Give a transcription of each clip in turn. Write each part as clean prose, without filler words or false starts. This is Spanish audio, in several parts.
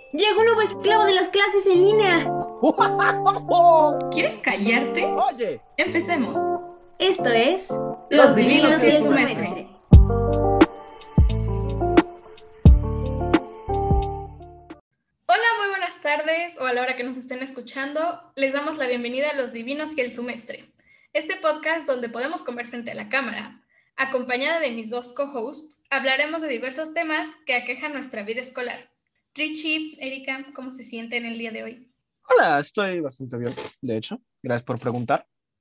Llegó un nuevo esclavo de las clases en línea. ¿Quieres callarte? Oye, Empecemos. Esto es Los los divinos divinos y y el el su semestre. semestre. semestre. Hola, muy buenas tardes o a la hora que nos estén escuchando. Les damos la bienvenida a Los divinos y el semestre. Este podcast donde podemos comer frente a la cámara. Acompañada de mis dos co-hosts, hablaremos de diversos temas que aquejan nuestra vida escolar. Richie, Erika, ¿cómo se sienten el día de hoy? Hola, estoy bastante bien, de hecho. Gracias por preguntar.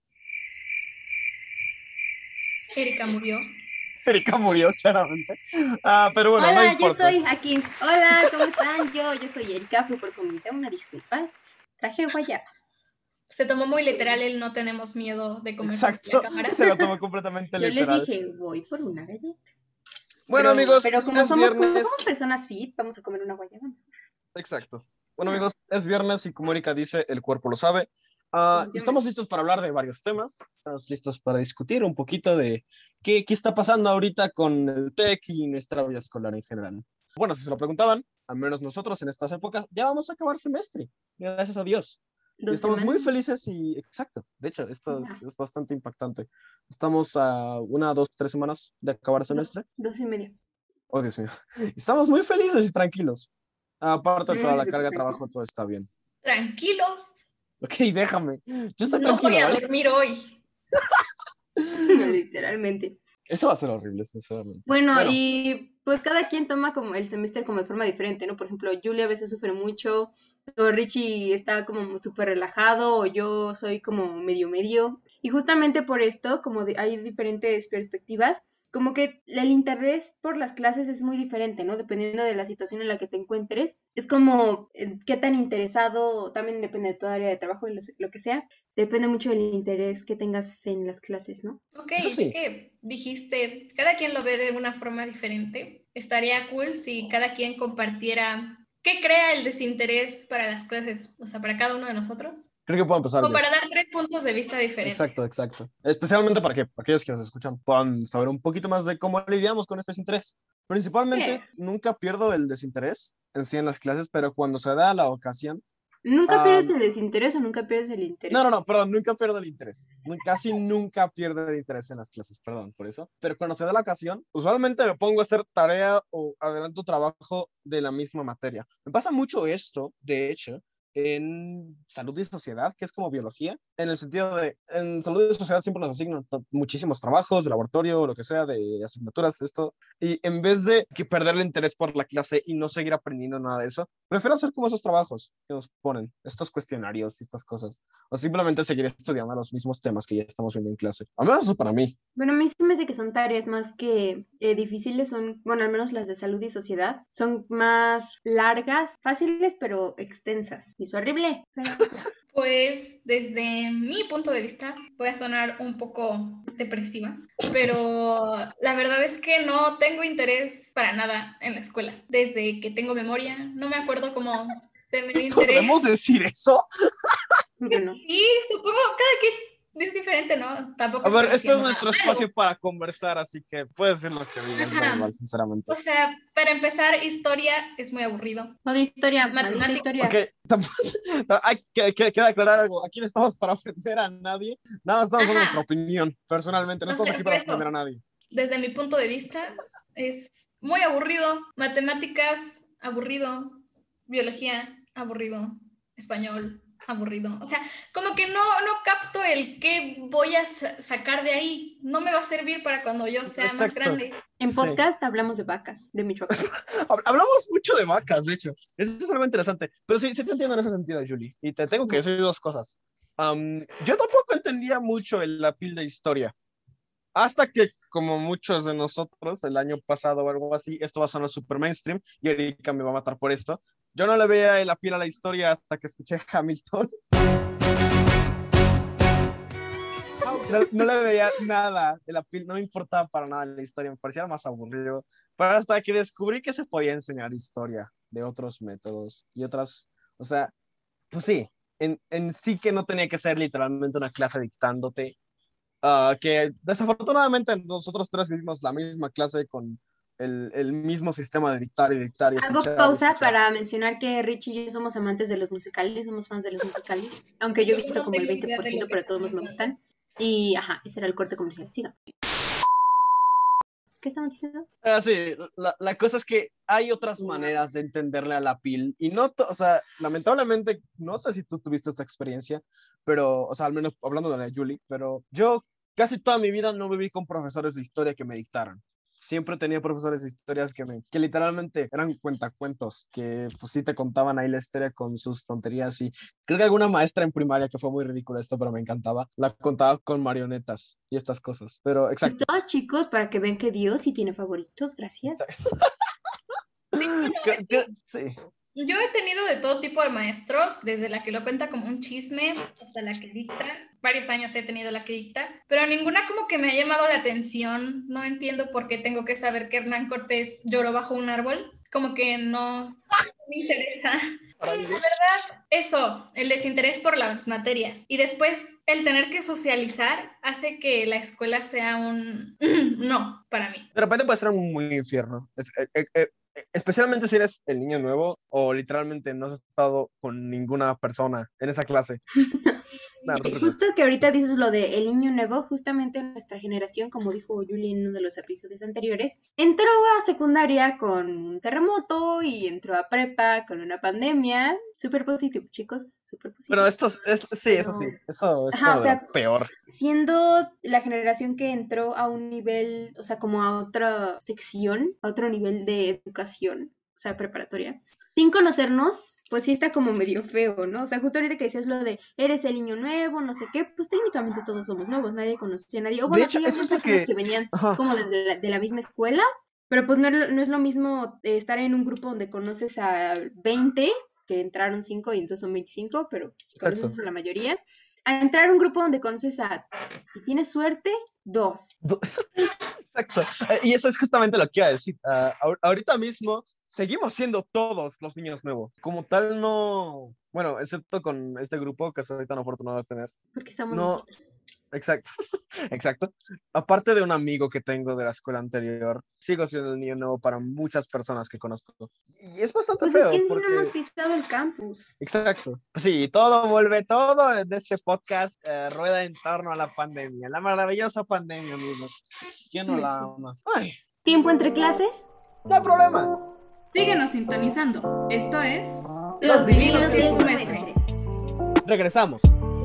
Erika murió. Erika murió, claramente. Pero bueno, no Hola, ya importa. estoy aquí. Hola, ¿cómo están? Yo soy Erika, fui por comida, una disculpa. Traje guayaba. Se tomó muy literal el no tenemos miedo de comer frente a la Exacto, cámara. se lo tomó completamente Yo les literal. dije, voy por una galleta. Bueno, amigos, Pero como es somos viernes. personas fit, vamos a comer una guayaba. Exacto. Bueno, Ah, amigos, es viernes y como Erika dice, el cuerpo lo sabe. Y estamos definitivamente. listos para hablar de varios temas. Estamos listos para discutir un poquito de qué está pasando ahorita con el TEC y nuestra vida escolar en general. Bueno, si se lo preguntaban, al menos nosotros en estas épocas ya vamos a acabar semestre, gracias a Dios. Y Dos estamos muy semanas. felices y, exacto, de hecho, esto Ah, es bastante impactante. Estamos a una, dos, 3 semanas de acabar dos, semestre. 2 y media. Oh, Dios mío. Estamos muy felices y tranquilos. Aparte de toda Muy la súper carga de tranquilo. trabajo, todo está bien. Tranquilos, Ok, déjame. Yo estoy no voy tranquilo, a ¿vale? dormir hoy. Literalmente. Eso va a ser horrible, sinceramente. Bueno, Bueno, y pues cada quien toma como el semestre como de forma diferente, ¿no? Por ejemplo, Julia a veces sufre mucho, o Richie está como súper relajado, o yo soy como medio medio. Y justamente por esto, como hay diferentes perspectivas, como que el interés por las clases es muy diferente, ¿no? Dependiendo de la situación en la que te encuentres. Es como qué tan interesado, también depende de tu área de trabajo y lo que sea, depende mucho del interés que tengas en las clases, ¿no? Ok, eso ya sí. que dijiste, cada quien lo ve de una forma diferente, estaría cool si cada quien compartiera qué crea el desinterés para las clases, o sea, para cada uno de nosotros, Creo que puedo empezar o yo. para dar tres puntos de vista Exacto, diferentes. exacto. Especialmente para que aquellos que nos escuchan puedan saber un poquito más de cómo lidiamos con este desinterés. Principalmente, nunca pierdo el desinterés en sí en las clases, pero cuando se da la ocasión, ¿Nunca ah, pierdes el desinterés o nunca pierdes el no, interés? perdón, nunca pierdo el interés. Casi nunca pierdo el interés en las clases, perdón por eso. Pero cuando se da la ocasión, usualmente me pongo a hacer tarea o adelanto trabajo de la misma materia. Me pasa mucho esto, de hecho, en salud y sociedad, que es como biología, en el sentido de, en salud y sociedad siempre nos asignan muchísimos trabajos de laboratorio, lo que sea, de asignaturas, esto, y en vez de que perder el interés por la clase y no seguir aprendiendo nada de eso, prefiero hacer como esos trabajos que nos ponen, estos cuestionarios y estas cosas o simplemente seguir estudiando los mismos temas que ya estamos viendo en clase. Al menos eso para mí. Bueno, a mí se me hace que son tareas más que difíciles, son, bueno, al menos las de salud y sociedad, son más largas, fáciles, pero extensas. Y es horrible, pero pues, Pues desde mi punto de vista, voy a sonar un poco depresiva, pero la verdad es que no tengo interés para nada en la escuela. Desde que tengo memoria, no me acuerdo cómo tener ¿Podemos interés. decir eso? ¿por qué no? Y supongo cada quien es diferente, ¿no? Tampoco A ver, estoy este es diciendo nada nuestro malo. espacio para conversar, así que puedes decir lo que digas, da igual, Ajá. O sinceramente. sea, para empezar, historia es muy aburrido. Odio historia, maldita Matemáticas, Ok, historia. hay que aclarar algo. Aquí no estamos para ofender a nadie. Nada, más estamos dando nuestra ajá. opinión, personalmente. No No estamos sé, aquí por para eso, ofender a nadie. desde mi punto de vista, es muy aburrido. Matemáticas, aburrido. Biología, aburrido. Español, aburrido. O sea, como que no capto el qué voy a sacar de ahí. No me va a servir para cuando yo sea más Exacto. grande. En Sí. podcast hablamos de vacas, de Michoacán. Hablamos mucho de vacas, de hecho. Eso es algo interesante. Pero sí, sí te entiendo en ese sentido, Julie. Y te tengo que decir dos cosas. Yo tampoco entendía mucho la pil de historia. Hasta que, como muchos de nosotros, el año pasado o algo así, esto va a sonar super mainstream y Erika me va a matar por esto. Yo no le veía la pila a la historia hasta que escuché Hamilton. No le veía nada de la pila, no me importaba para nada la historia, me parecía más aburrido. Pero hasta que descubrí que se podía enseñar historia de otros métodos y otras, o sea, pues sí, en sí que no tenía que ser literalmente una clase dictándote. Que desafortunadamente nosotros tres vivimos la misma clase con el mismo sistema de dictar y dictar y Hago escuchar y pausa escuchar. para mencionar que Rich y yo somos amantes de los musicales, somos fans de los musicales, aunque yo he visto No como el tengo idea de lo 20%, que pero todos están me hablando. gustan. Y, ajá, ese era el corte comercial. Siga. ¿Qué estamos diciendo? Sí, la cosa es que hay otras maneras de entenderle a la piel y no, o sea, lamentablemente, no sé si tú tuviste esta experiencia, pero, o sea, al menos hablando de la Julie, pero yo casi toda mi vida no viví con profesores de historia que me dictaran. Siempre tenía profesores de historias que literalmente eran cuentacuentos, que pues sí te contaban ahí la historia con sus tonterías y creo que alguna maestra en primaria, que fue muy ridícula esto, pero me encantaba, la contaba con marionetas y estas cosas. Pero Pues exacto. todo, chicos, para que vean que Dios sí tiene favoritos, gracias. Sí, bueno, es que Sí. yo he tenido de todo tipo de maestros, desde la que lo cuenta como un chisme hasta la que dicta. Varios años he tenido la que dicta, pero ninguna como que me ha llamado la atención. No entiendo por qué tengo que saber que Hernán Cortés lloró bajo un árbol. Como que no me interesa. Eso, el desinterés por las materias. Y después el tener que socializar hace que la escuela sea un no para mí. De repente puede ser un muy infierno. Especialmente si eres el niño nuevo o literalmente no has estado con ninguna persona en esa clase. No, no te preocupes. Justo que ahorita dices lo de el niño nuevo, justamente nuestra generación, como dijo Julie en uno de los episodios anteriores, entró a secundaria con un terremoto y entró a prepa con una pandemia. Súper positivo, chicos, súper Pero positivo. sí, eso sí, eso es Ajá, o como de lo sea, peor. siendo la generación que entró a un nivel, o sea, como a otra sección, a otro nivel de educación, o sea, preparatoria, sin conocernos, pues sí está como medio feo, ¿no? O sea, justo ahorita que decías lo de eres el niño nuevo, no sé qué, pues técnicamente todos somos nuevos, nadie conocía a nadie. O De bueno, hecho, sí, eso habían es lo personas que... que venían Ajá, como desde de la misma escuela, pero pues no es lo mismo estar en un grupo donde conoces a 20 que entraron 5 y entonces son 25, pero exacto. conoces a la mayoría, a entrar a un grupo donde conoces a, si tienes suerte, 2. Exacto. Y eso es justamente lo que iba a decir. Ahorita mismo seguimos siendo todos los niños nuevos. Como tal, no... Bueno, excepto con este grupo que soy tan afortunado de tener. Porque somos No, nosotros. exacto. Exacto. Aparte de un amigo que tengo de la escuela anterior, sigo siendo el niño nuevo para muchas personas que conozco. Y es bastante Pues es que feo en sí no hemos porque, pisado el campus. exacto. Sí, todo en este podcast rueda en torno a la pandemia, la maravillosa pandemia, amigos. ¿Quién no la Semestre. ama? Ay, ¿Tiempo entre clases? no hay problema. Síguenos sintonizando. Esto es Los Los Divinos divinos y y el el Semestre. semestre. Regresamos.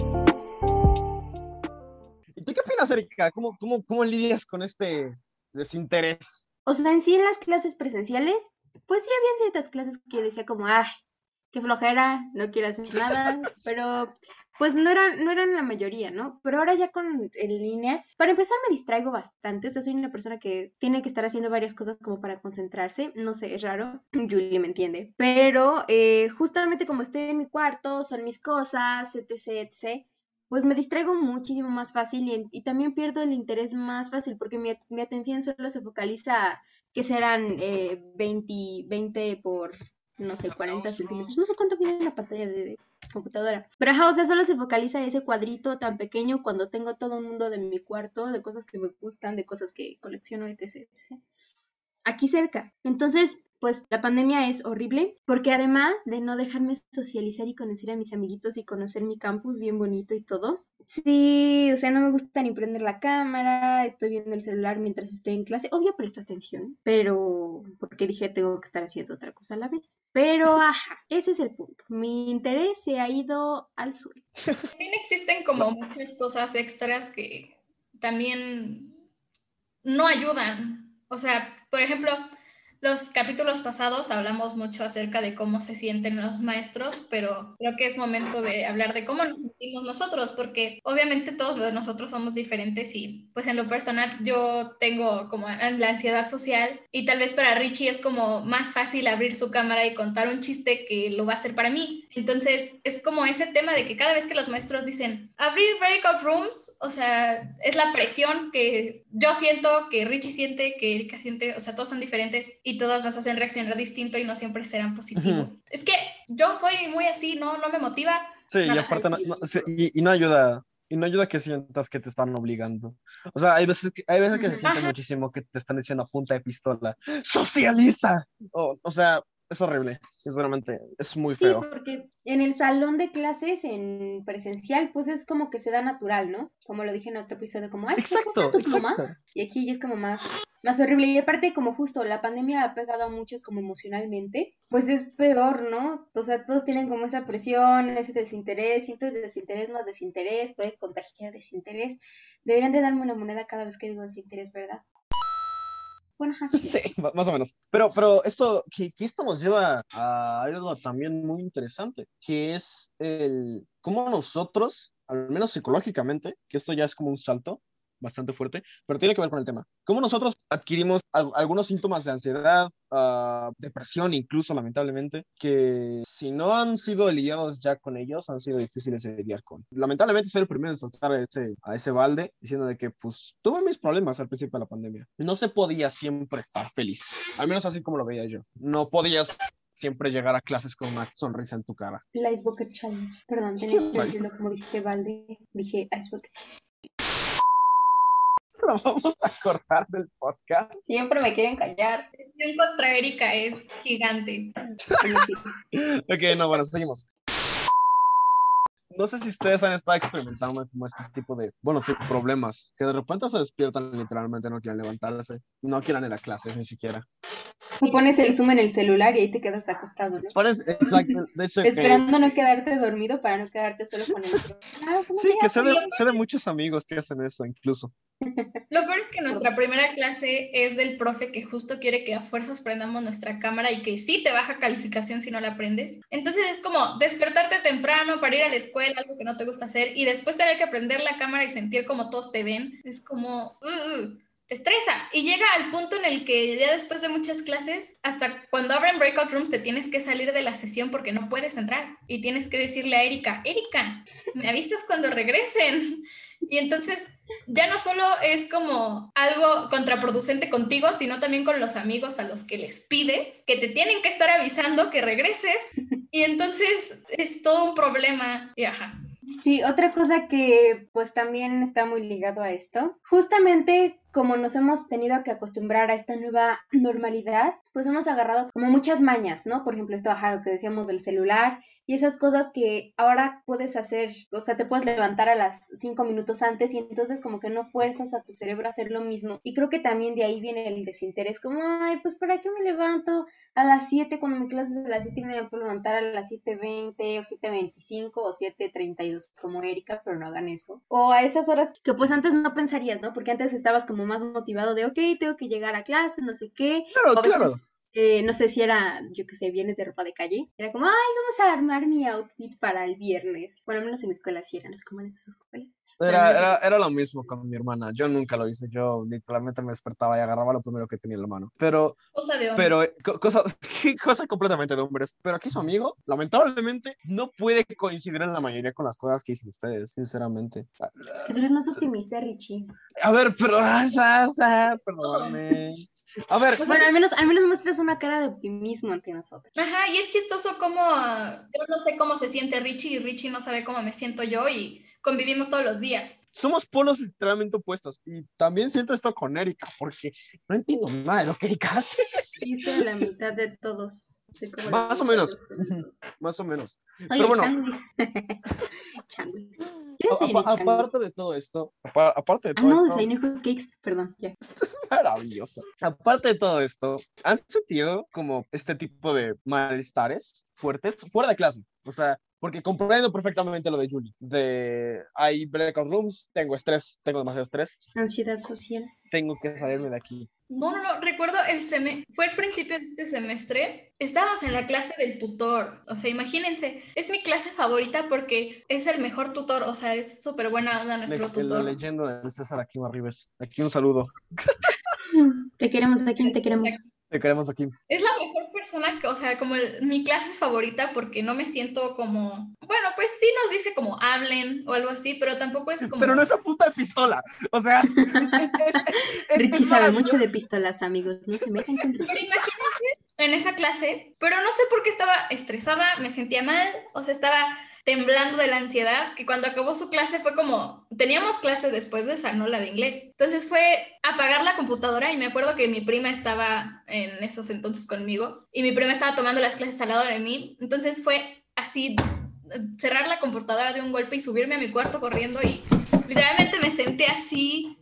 ¿Y tú qué opinas, Erika? ¿Cómo lidias con este desinterés? O sea, en sí en las clases presenciales, pues sí habían ciertas clases que yo decía como, ay, qué flojera, no quiero hacer nada, pero pues no eran la mayoría, ¿no? Pero ahora ya con en línea, para empezar me distraigo bastante, o sea, soy una persona que tiene que estar haciendo varias cosas como para concentrarse, no sé, es raro, Julie me entiende, pero justamente como estoy en mi cuarto, son mis cosas, etc, etc. Pues me distraigo muchísimo más fácil y también pierdo el interés más fácil porque mi atención solo se focaliza que serán 20 por no sé, 40 centímetros, no sé cuánto mide una pantalla de computadora. Pero ajá, o sea, solo se focaliza ese cuadrito tan pequeño cuando tengo todo un mundo de mi cuarto, de cosas que me gustan, de cosas que colecciono, etc, etc. Aquí cerca. Entonces, pues la pandemia es horrible porque además de no dejarme socializar y conocer a mis amiguitos y conocer mi campus bien bonito y todo, sí, o sea, no me gusta ni prender la cámara, estoy viendo el celular mientras estoy en clase, obvio presto atención, pero porque dije tengo que estar haciendo otra cosa a la vez. Pero ajá, ese es el punto. Mi interés se ha ido al sur. También existen como muchas cosas extras que también no ayudan. O sea, por ejemplo, los capítulos pasados hablamos mucho acerca de cómo se sienten los maestros, pero creo que es momento de hablar de cómo nos sentimos nosotros, porque obviamente todos nosotros somos diferentes y pues en lo personal yo tengo como la ansiedad social y tal vez para Richie es como más fácil abrir su cámara y contar un chiste que lo va a hacer para mí. Entonces es como ese tema de que cada vez que los maestros dicen abrir breakout rooms, o sea, es la presión que yo siento, que Richie siente, que Erika siente, o sea, todos son diferentes y todas nos hacen reaccionar distinto y no siempre serán positivo. Ujú. Es que yo soy muy así, no me motiva Sí, y nada. aparte sí, y no ayuda. Y no ayuda que sientas que te están obligando. O sea, hay veces que se siente Ajá. muchísimo que te están diciendo a punta de pistola, ¡socializa! O sea, es horrible, sinceramente, es muy Sí, feo. porque en el salón de clases, en presencial, pues es como que se da natural, ¿no? Como lo dije en otro episodio, como, ay, ¿me prestas Exacto, tu pluma? exacto. Y aquí ya es como más horrible. Y aparte, como justo la pandemia ha pegado a muchos como emocionalmente, pues es peor, ¿no? O sea, todos tienen como esa presión, ese desinterés, y entonces desinterés más desinterés, puede contagiar desinterés. Deberían de darme una moneda cada vez que digo desinterés, ¿verdad? Bueno, así. Sí, más o menos. Pero esto nos lleva a algo también muy interesante, que es cómo nosotros, al menos psicológicamente, que esto ya es como un salto bastante fuerte, pero tiene que ver con el tema, cómo nosotros adquirimos algunos síntomas de ansiedad, depresión incluso, lamentablemente, que si no han sido lidiados ya con ellos, han sido difíciles de lidiar con. Lamentablemente soy el primero en saltar a ese balde, diciendo de que pues tuve mis problemas al principio de la pandemia. No se podía siempre estar feliz, al menos así como lo veía yo. No podías siempre llegar a clases con una sonrisa en tu cara. La Ice Bucket Challenge. Perdón, tenía que Nice. decirlo como dijiste, Valde. Dije Ice Bucket. Lo vamos a cortar del podcast. Siempre me quieren callar. La contra Erika es gigante. Bueno, sí. Ok, no, bueno, seguimos. No sé si ustedes han estado experimentando como este tipo de, bueno, sí, problemas, que de repente se despiertan y literalmente no quieren levantarse, no quieren ir a clases ni siquiera. Tú pones el Zoom en el celular y ahí te quedas acostado, ¿no? Exacto, de hecho, Esperando no quedarte dormido para no quedarte solo con el micrófono. Ah, ¿cómo sí, se que llama? sé de muchos amigos que hacen eso incluso. Lo peor es que nuestra primera clase es del profe que justo quiere que a fuerzas prendamos nuestra cámara y que sí te baja calificación si no la prendes. Entonces es como despertarte temprano para ir a la escuela, algo que no te gusta hacer, y después tener que prender la cámara y sentir como todos te ven. Es como, te estresa. Y llega al punto en el que ya después de muchas clases, hasta cuando abren breakout rooms, te tienes que salir de la sesión porque no puedes entrar. Y tienes que decirle a Erika, me avisas cuando regresen. Y entonces ya no solo es como algo contraproducente contigo, sino también con los amigos a los que les pides que te tienen que estar avisando que regreses. Y entonces es todo un problema. Y ajá. Sí, otra cosa que pues también está muy ligado a esto, justamente como nos hemos tenido que acostumbrar a esta nueva normalidad, pues hemos agarrado como muchas mañas, ¿no? Por ejemplo, esto, ajá, lo que decíamos del celular y esas cosas que ahora puedes hacer, o sea, te puedes levantar a las 5 minutos antes y entonces como que no fuerzas a tu cerebro a hacer lo mismo. Y creo que también de ahí viene el desinterés, como, ay, pues ¿para qué me levanto a las 7 cuando mi clase es a las 7 y me puedo levantar a las 7:20 o 7:25 o 7:32 como Erika, pero no hagan eso. O a esas horas que pues antes no pensarías, ¿no? Porque antes estabas como más motivado de, ok, tengo que llegar a clase, no sé qué. Claro, O a veces, claro. no sé si era, yo qué sé, vienes de ropa de calle. Era como, ay, vamos a armar mi outfit para el viernes. Bueno, al menos en mi escuela sí eran, no sé cómo eran esas escuelas. Pero al menos en mi Era lo mismo con mi hermana. Yo nunca lo hice. Yo literalmente me despertaba y agarraba lo primero que tenía en la mano. Cosa de hombre. Cosa completamente de hombres. Pero aquí su amigo, lamentablemente, no puede coincidir en la mayoría con las cosas que dicen ustedes, sinceramente. que tú eres más optimista, Richie. A ver, pero, perdóname. A ver, Pues Bueno, al menos muestras una cara de optimismo ante nosotros. ajá, y es chistoso como yo no sé cómo se siente Richie y Richie no sabe cómo me siento yo y convivimos todos los días. somos polos literalmente opuestos. Y también siento esto con Erika, porque no entiendo nada de lo que Erika hace. Y estoy en la mitad de todos. Soy como la Más o mitad de menos. ustedes dos. Más o menos. Oye, Pero bueno, changuis. Changuis. ¿Qué desayuné, changuis? aparte de todo esto, aparte de Ah, todo no, esto, desayuné hot cakes. Perdón, ya. es maravilloso. Aparte de todo esto, ¿han sentido como este tipo de malestares fuertes fuera de clase? O sea, porque comprendo perfectamente lo de Julie. Hay breakout rooms, tengo estrés, tengo demasiado estrés, Ansiedad social. tengo que salirme de aquí. No, recuerdo fue el principio de este semestre, estábamos en la clase del tutor, o sea, imagínense, es mi clase favorita porque es el mejor tutor, o sea, es súper buena onda nuestro La tutor. leyenda de César Aquino Arribes. Aquí un saludo. Te queremos, aquí te queremos. Te queremos aquí. Es la mejor persona que, o sea, como mi clase favorita porque no me siento como, bueno, pues sí nos dice como hablen o algo así, pero tampoco es como... Pero no es a punta de pistola, o sea, Richie sabe mucho de pistolas, amigos, no se metan con Richie. Pero imagínense en esa clase, pero no sé por qué estaba estresada, me sentía mal, o sea, estaba temblando de la ansiedad, que cuando acabó su clase fue como, teníamos clase después de esa, ¿no? La de inglés. Entonces fue apagar la computadora y me acuerdo que mi prima estaba en esos entonces conmigo y mi prima estaba tomando las clases al lado de mí. Entonces fue así, cerrar la computadora de un golpe y subirme a mi cuarto corriendo y literalmente me senté así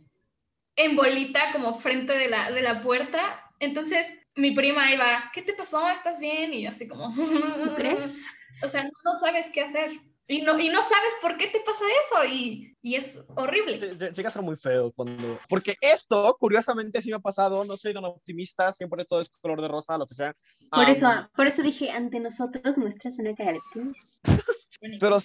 en bolita como frente de la puerta. Entonces mi prima iba, ¿qué te pasó? ¿Estás bien? Y yo así como... ¿Tú crees? O sea, no sabes qué hacer. Y no sabes por qué te pasa eso. Y es horrible. Llega a ser muy feo cuando... Porque esto, curiosamente, sí me ha pasado. No soy tan optimista. Siempre todo es color de rosa, lo que sea. Por eso dije, ante nosotros muestras una cara de optimismo. Pero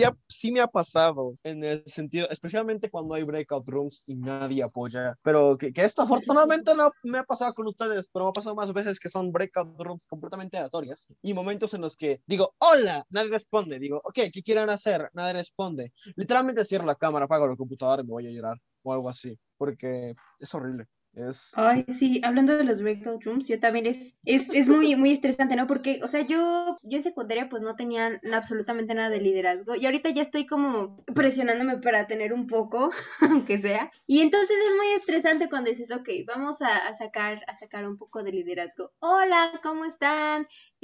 sí me ha pasado en el sentido, especialmente cuando hay breakout rooms y nadie apoya. Pero que esto afortunadamente no me ha pasado con ustedes, pero me ha pasado más veces que son breakout rooms completamente aleatorias y momentos en los que digo, hola, nadie responde. Digo, ok, ¿qué quieren hacer? Nadie responde. Literalmente cierro la cámara, apago la computadora y me voy a llorar o algo así, porque es horrible. Ay, sí, hablando de los breakout rooms, yo también es muy, muy estresante, ¿no? Porque, o sea, yo en secundaria pues no tenía absolutamente nada de liderazgo y ahorita ya estoy como presionándome para tener un poco, aunque sea. Y entonces es muy estresante cuando dices, ok, vamos a sacar un poco de liderazgo. Hola, ¿cómo están?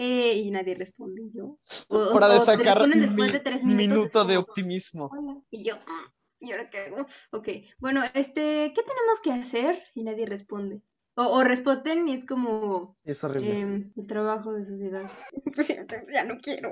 Y nadie responde, y yo. Para de O te sacar responden después de 3 minutos. minuto de como, optimismo. hola, y yo... ¿Y ahora qué hago? Ok, bueno, ¿qué tenemos que hacer? Y nadie responde. O responden y es como Es horrible. el trabajo de sociedad. Pues entonces ya no quiero.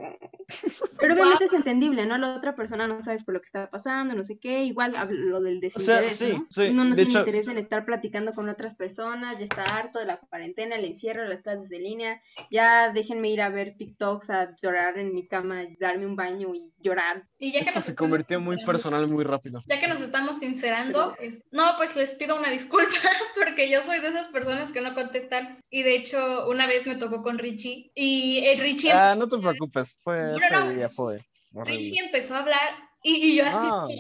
Pero obviamente es entendible, ¿no? La otra persona no sabes por lo que está pasando, no sé qué. Igual lo del O sea, desinterés, sí, ¿no? sí. Uno no De tiene hecho, interés en estar platicando con otras personas, ya está harto de la cuarentena, el encierro, las clases de línea. Ya déjenme ir a ver TikToks, a llorar en mi cama, darme un baño y llorar. Y ya que esto nos se estamos convirtió muy sincerando, personal muy rápido. ya que nos estamos sincerando, no, pues les pido una disculpa porque yo soy de esas personas que no contestan. Y de hecho, una vez me tocó con Richie y el Richie... No te preocupes, fue ese No, día fue horrible. Richie empezó a hablar y yo así, No,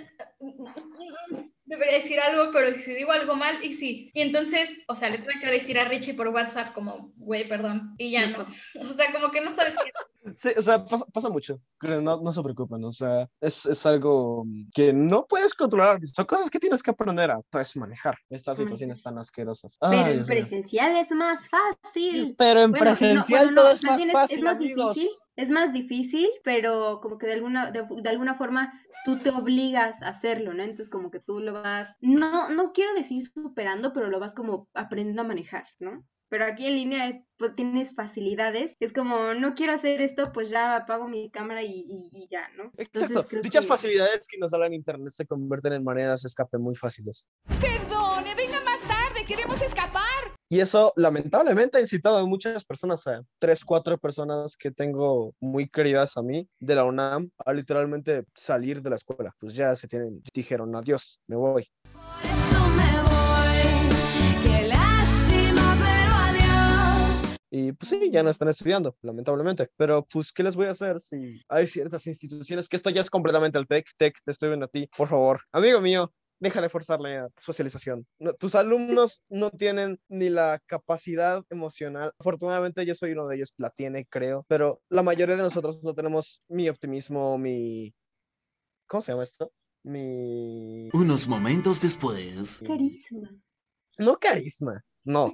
debería decir algo, pero si digo algo mal, y sí. Y entonces, o sea, le tuve que decir a Richie por WhatsApp como, güey, perdón, y ya no. O sea, como que no sabes qué. sí, o sea, pasa mucho. Pero no se preocupen, o sea, es algo que no puedes controlar. Son cosas que tienes que aprender a pues, manejar. Estas situaciones tan asquerosas. Pero Ay, en Dios mío. presencial es más fácil. Pero en Bueno, presencial todo es más más bien es fácil, más amigos. difícil, es más difícil, pero como que de alguna forma tú te obligas a hacerlo, ¿no? Entonces como que tú lo vas, no quiero decir superando, pero lo vas como aprendiendo a manejar, ¿no? Pero aquí en línea pues, tienes facilidades. Es como, no quiero hacer esto, pues ya apago mi cámara y ya, ¿no? Entonces Exacto. creo Dichas que... facilidades que nos dan en internet se convierten en maneras de escape muy fáciles. Perdone, venga más tarde, queremos escapar. Y eso lamentablemente ha incitado a muchas personas, a 3, 4 personas que tengo muy queridas a mí de la UNAM, a literalmente salir de la escuela. Pues ya dijeron adiós, me voy. Por eso me voy, qué lástima, pero adiós. Y pues sí, ya no están estudiando, lamentablemente. Pero pues, ¿qué les voy a hacer si hay ciertas instituciones que esto ya es completamente el TEC? TEC, te estoy viendo a ti, por favor. Amigo mío, deja de forzarle a socialización. Tus alumnos no tienen ni la capacidad emocional. Afortunadamente yo soy uno de ellos, la tiene, creo. Pero la mayoría de nosotros no tenemos mi optimismo, ¿cómo se llama esto? Unos momentos después. Carisma. No carisma, no.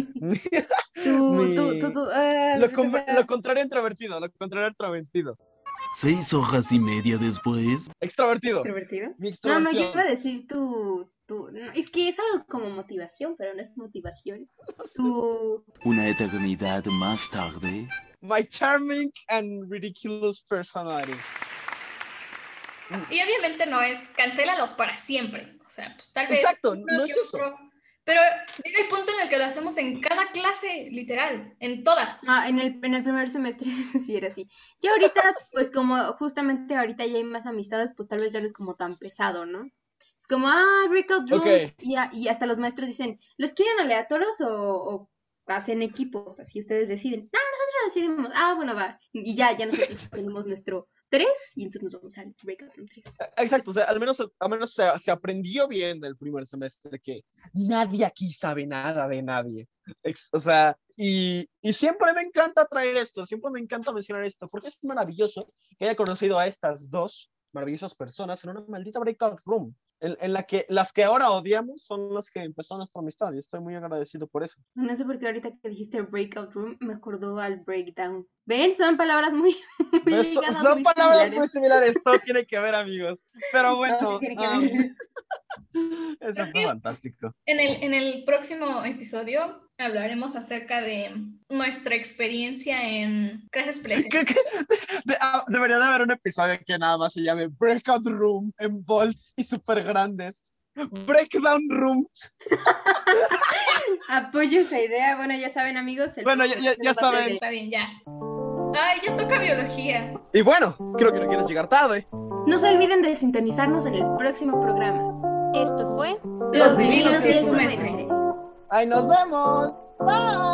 Lo contrario introvertido, lo contrario introvertido. 6 horas y media después. Extrovertido. ¿Extrovertido? Mi No, extroversión. yo iba a decir no, es que es algo como motivación, pero no es motivación. Una eternidad más tarde. My charming and ridiculous personality. Y obviamente no es cancélalos para siempre. O sea, pues tal vez... Exacto, no es eso. Pero llega el punto en el que lo hacemos en cada clase, literal, en todas. En el primer semestre sí era así. Y ahorita, pues como justamente ahorita ya hay más amistades, pues tal vez ya no es como tan pesado, ¿no? Es como, breakout rooms. Okay. Y hasta los maestros dicen, ¿los quieren aleatorios o hacen equipos? Así ustedes deciden. No, nosotros decidimos. Bueno, va. Y ya nosotros tenemos 3 y entonces nos vamos al Breakout Room 3. Exacto, o sea, al menos se aprendió bien del primer semestre que nadie aquí sabe nada de nadie. O sea, y siempre me encanta traer esto, siempre me encanta mencionar esto, porque es maravilloso que haya conocido a estas dos maravillosas personas en una maldita breakout room, en la que las que ahora odiamos son las que empezó nuestra amistad, y estoy muy agradecido por eso. No sé por qué ahorita que dijiste breakout room me acordó al breakdown. ¿Ven? Son palabras muy ligadas, Son muy palabras similares. muy similares, todo tiene que ver, amigos. Pero bueno, Todo tiene que ver. eso fue fantástico. En el próximo episodio hablaremos acerca de nuestra experiencia en clases presenciales. Debería de haber un episodio que nada más se llame Breakout Room en bolts y súper grandes. Breakdown Rooms. Apoyo esa idea. Bueno, ya saben, amigos. Bueno, ya saben. Está bien, ya. Ay, ya toca biología. Y bueno, creo que no quieres llegar tarde. No se olviden de sintonizarnos en el próximo programa. Esto fue Los Divinos y el Sumestre. Ahí nos vemos. Bye.